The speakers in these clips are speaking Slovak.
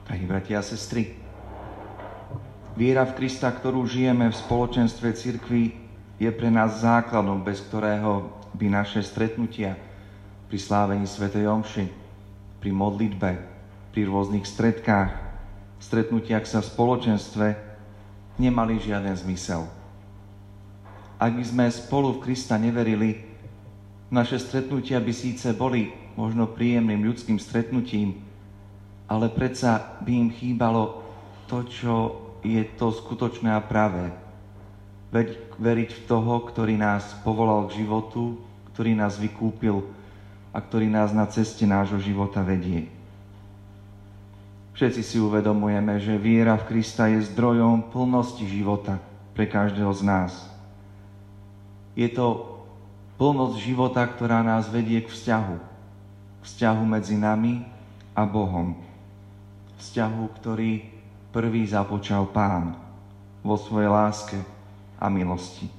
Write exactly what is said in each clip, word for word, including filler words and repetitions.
Drahí bratia a sestry, viera v Krista, ktorú žijeme v spoločenstve cirkvi, je pre nás základom, bez ktorého by naše stretnutia pri slávení svätej omši, pri modlitbe, pri rôznych stredkách, stretnutiach sa v spoločenstve nemali žiaden zmysel. Ak by sme spolu v Krista neverili, naše stretnutia by síce boli možno príjemným ľudským stretnutím, ale predsa by im chýbalo to, čo je to skutočné a pravé. Veriť v toho, ktorý nás povolal k životu, ktorý nás vykúpil a ktorý nás na ceste nášho života vedie. Všetci si uvedomujeme, že viera v Krista je zdrojom plnosti života pre každého z nás. Je to plnosť života, ktorá nás vedie k vzťahu. K vzťahu medzi nami a Bohom. Vzťahu, ktorý prvý započal Pán vo svojej láske a milosti.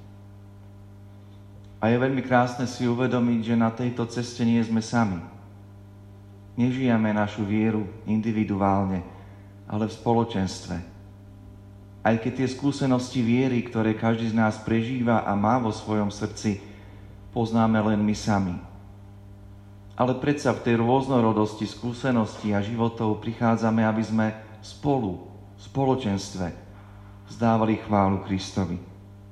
A je veľmi krásne si uvedomiť, že na tejto ceste nie sme sami. Nežijeme našu vieru individuálne, ale v spoločenstve. Aj keď tie skúsenosti viery, ktoré každý z nás prežíva a má vo svojom srdci, poznáme len my sami. Ale predsa v tej rôznorodosti skúseností a životov prichádzame, aby sme spolu, v spoločenstve, vzdávali chválu Kristovi.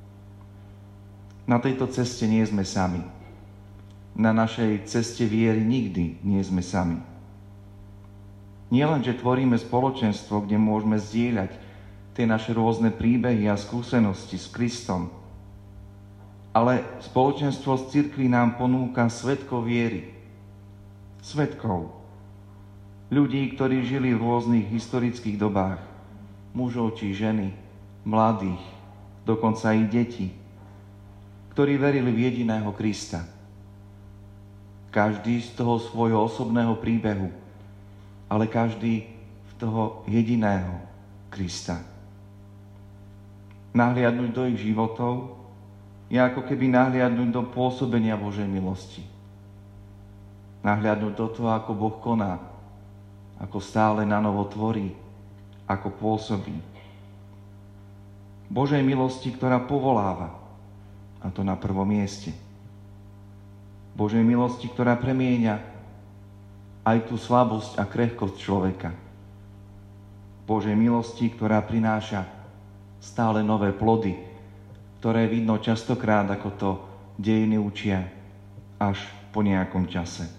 Na tejto ceste nie sme sami. Na našej ceste viery nikdy nie sme sami. Nie len, že tvoríme spoločenstvo, kde môžeme zdieľať tie naše rôzne príbehy a skúsenosti s Kristom, ale spoločenstvo z cirkvi nám ponúka svedkov viery. Svedkov. Ľudí, ktorí žili v rôznych historických dobách. Mužov či ženy, mladých, dokonca i detí, ktorí verili v jediného Krista. Každý z toho svojho osobného príbehu, ale každý v toho jediného Krista. Nahliadnúť do ich životov je ako keby nahliadnúť do pôsobenia Božej milosti. Nahliadnúť do toho, ako Boh koná, ako stále nanovo tvorí, ako pôsobí. Božej milosti, ktorá povoláva, a to na prvom mieste. Božej milosti, ktorá premieňa aj tú slabosť a krehkosť človeka. Božej milosti, ktorá prináša stále nové plody, ktoré vidno častokrát, ako to dejiny učia, až po nejakom čase.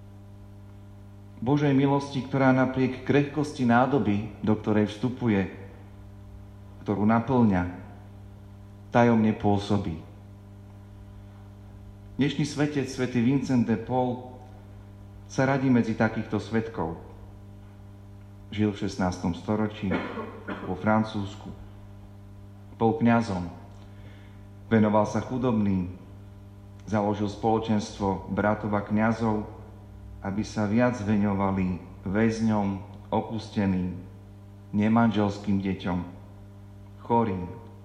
Božej milosti, ktorá napriek krehkosti nádoby, do ktorej vstupuje, ktorú naplňa, tajomne pôsobí. Dnešný svetec, svätý Vincent de Paul, sa radí medzi takýchto svedkov. Žil v šestnástom storočí vo Francúzsku. Bol kňazom. Venoval sa chudobným. Založil spoločenstvo bratov a kňazov, aby sa viac venovali väzňom, opusteným, nemanželským deťom, chorým.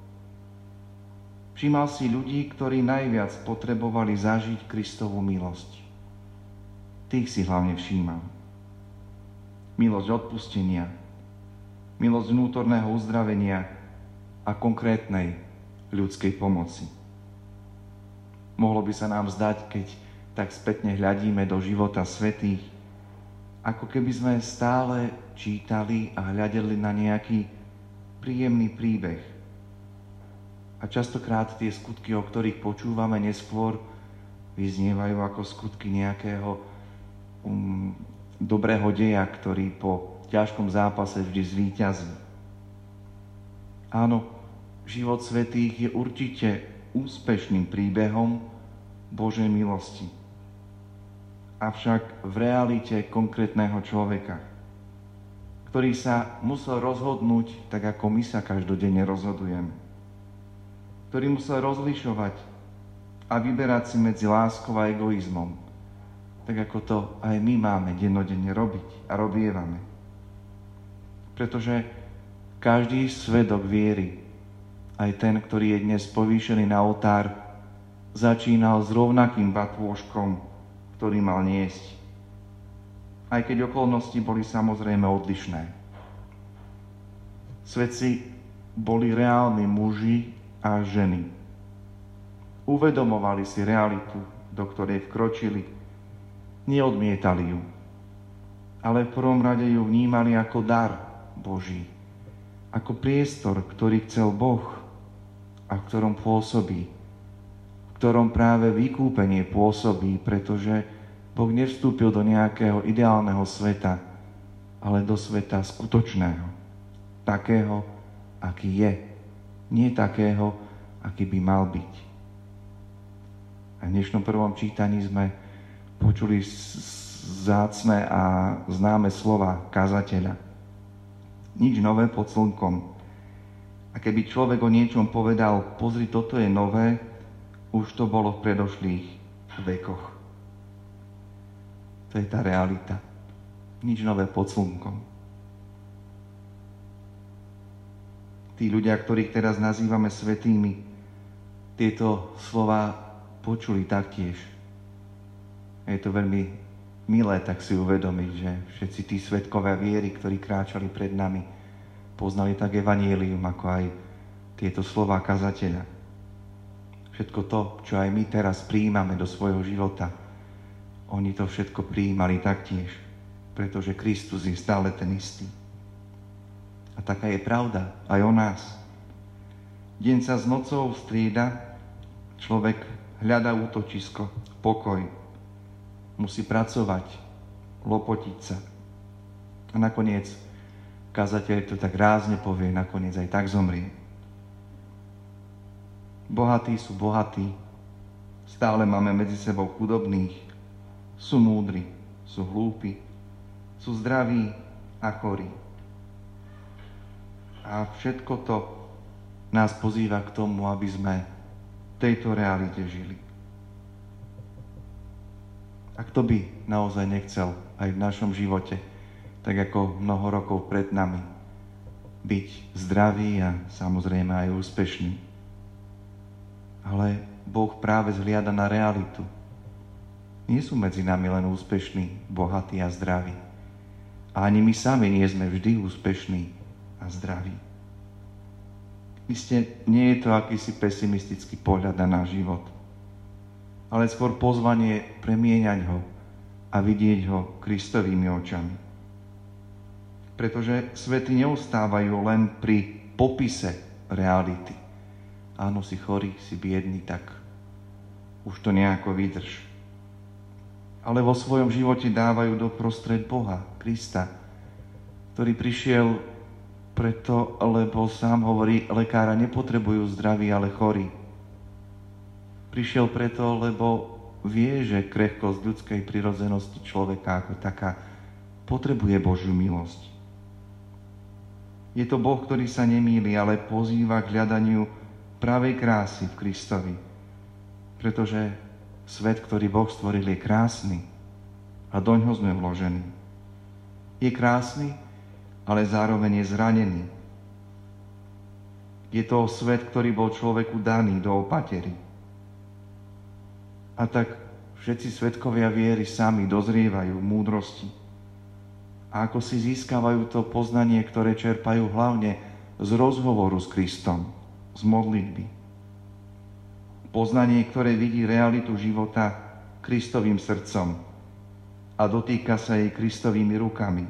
Všímal si ľudí, ktorí najviac potrebovali zažiť Kristovú milosť. Tých si hlavne všímal. Milosť odpustenia, milosť vnútorného uzdravenia a konkrétnej ľudskej pomoci. Mohlo by sa nám zdať, keď tak spätne hľadíme do života svätých, ako keby sme stále čítali a hľadeli na nejaký príjemný príbeh. A častokrát tie skutky, o ktorých počúvame neskôr, vyznievajú ako skutky nejakého um, dobrého deja, ktorý po ťažkom zápase vždy zvíťazí. Áno, život svätých je určite úspešným príbehom Božej milosti. Avšak v realite konkrétneho človeka, ktorý sa musel rozhodnúť, tak ako my sa každodenne rozhodujeme. Ktorý musel rozlišovať a vyberať si medzi láskou a egoizmom, tak ako to aj my máme dennodenne robiť a robievame. Pretože každý svedok viery, aj ten, ktorý je dnes povýšený na oltár, začínal s rovnakým batôžkom, ktorý mal niesť. Aj keď okolnosti boli samozrejme odlišné. Svetci boli reálni muži a ženy. Uvedomovali si realitu, do ktorej vkročili, neodmietali ju, ale v prvom rade ju vnímali ako dar Boží, ako priestor, ktorý chcel Boh a v ktorom pôsobí, v ktorom práve vykúpenie pôsobí, pretože Boh nevstúpil do nejakého ideálneho sveta, ale do sveta skutočného, takého, aký je, nie takého, aký by mal byť. A v dnešnom prvom čítaní sme počuli vzácne a známe slova kazateľa. Nič nové pod slnkom. A keby človek o niečom povedal, pozri, toto je nové, už to bolo v predošlých vekoch. To je tá realita. Nič nové pod slnkom. Tí ľudia, ktorých teraz nazývame svätými, tieto slova počuli taktiež. Je to veľmi milé tak si uvedomiť, že všetci tí svedkovia viery, ktorí kráčali pred nami, poznali tak evanjelium, ako aj tieto slová kazateľa. Všetko to, čo aj my teraz prijímame do svojho života, oni to všetko prijímali taktiež, pretože Kristus je stále ten istý. A taká je pravda aj o nás. Deň sa s nocou strieda, človek hľadá útočisko, pokoj, musí pracovať, lopotiť sa. A nakoniec, kazateľ to tak rázne povie, nakoniec aj tak zomrie. Bohatí sú bohatí, stále máme medzi sebou chudobných, sú múdri, sú hlúpi, sú zdraví a chorí. A všetko to nás pozýva k tomu, aby sme v tejto realite žili. A kto by naozaj nechcel aj v našom živote, tak ako mnoho rokov pred nami, byť zdravý a samozrejme aj úspešný. Ale Boh práve zhliada na realitu. Nie sú medzi nami len úspešní, bohatí a zdraví. A ani my sami nie sme vždy úspešní a zdraví. Isté, nie je to akýsi pesimistický pohľad na náš život, ale skôr pozvanie premieňať ho a vidieť ho Kristovými očami. Pretože svety neustávajú len pri popise reality. Áno, si chorý, si biedný, tak už to nejako vydrž. Ale vo svojom živote dávajú doprostred Boha, Krista, ktorý prišiel preto, lebo sám hovorí, lekára nepotrebujú zdraví, ale chorí. Prišiel preto, lebo vie, že krehkosť ľudskej prirodzenosti človeka ako taká potrebuje Božiu milosť. Je to Boh, ktorý sa nemýli, ale pozýva k hľadaniu pravej krásy v Kristovi. Pretože svet, ktorý Boh stvoril, je krásny a doňho sme vložení. Je krásny, ale zároveň je zranený. Je to svet, ktorý bol človeku daný do opatery. A tak všetci svedkovia viery sami dozrievajú v múdrosti. A ako si získavajú to poznanie, ktoré čerpajú hlavne z rozhovoru s Kristom, z modlitby. Poznanie, ktoré vidí realitu života Kristovým srdcom a dotýka sa jej Kristovými rukami.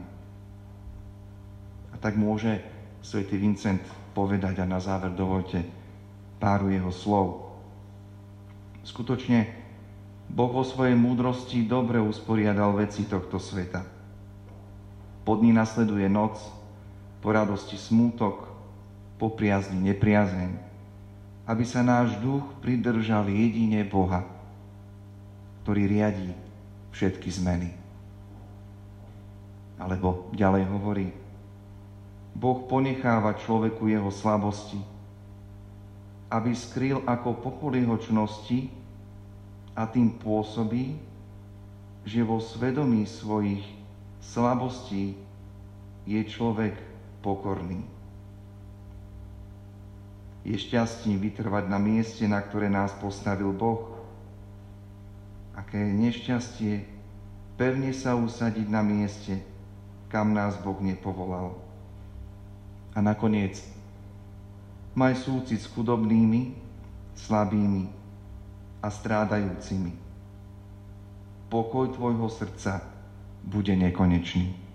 A tak môže svätý Vincent povedať, a na záver dovoľte páru jeho slov. Skutočne Boh vo svojej múdrosti dobre usporiadal veci tohto sveta. Po dni nasleduje noc, po radosti smútok, po priazni nepriazeň, aby sa náš duch pridržal jedine Boha, ktorý riadí všetky zmeny. Alebo ďalej hovorí, Boh ponecháva človeku jeho slabosti, aby skryl ako popol jeho čnosti a tým pôsobí, že vo svedomí svojich slabostí je človek pokorný. Je šťastím vytrvať na mieste, na ktoré nás postavil Boh. Aké je nešťastie pevne sa usadiť na mieste, kam nás Boh nepovolal. A nakoniec, maj súcit s chudobnými, slabými a strádajúcimi. Pokoj tvojho srdca bude nekonečný.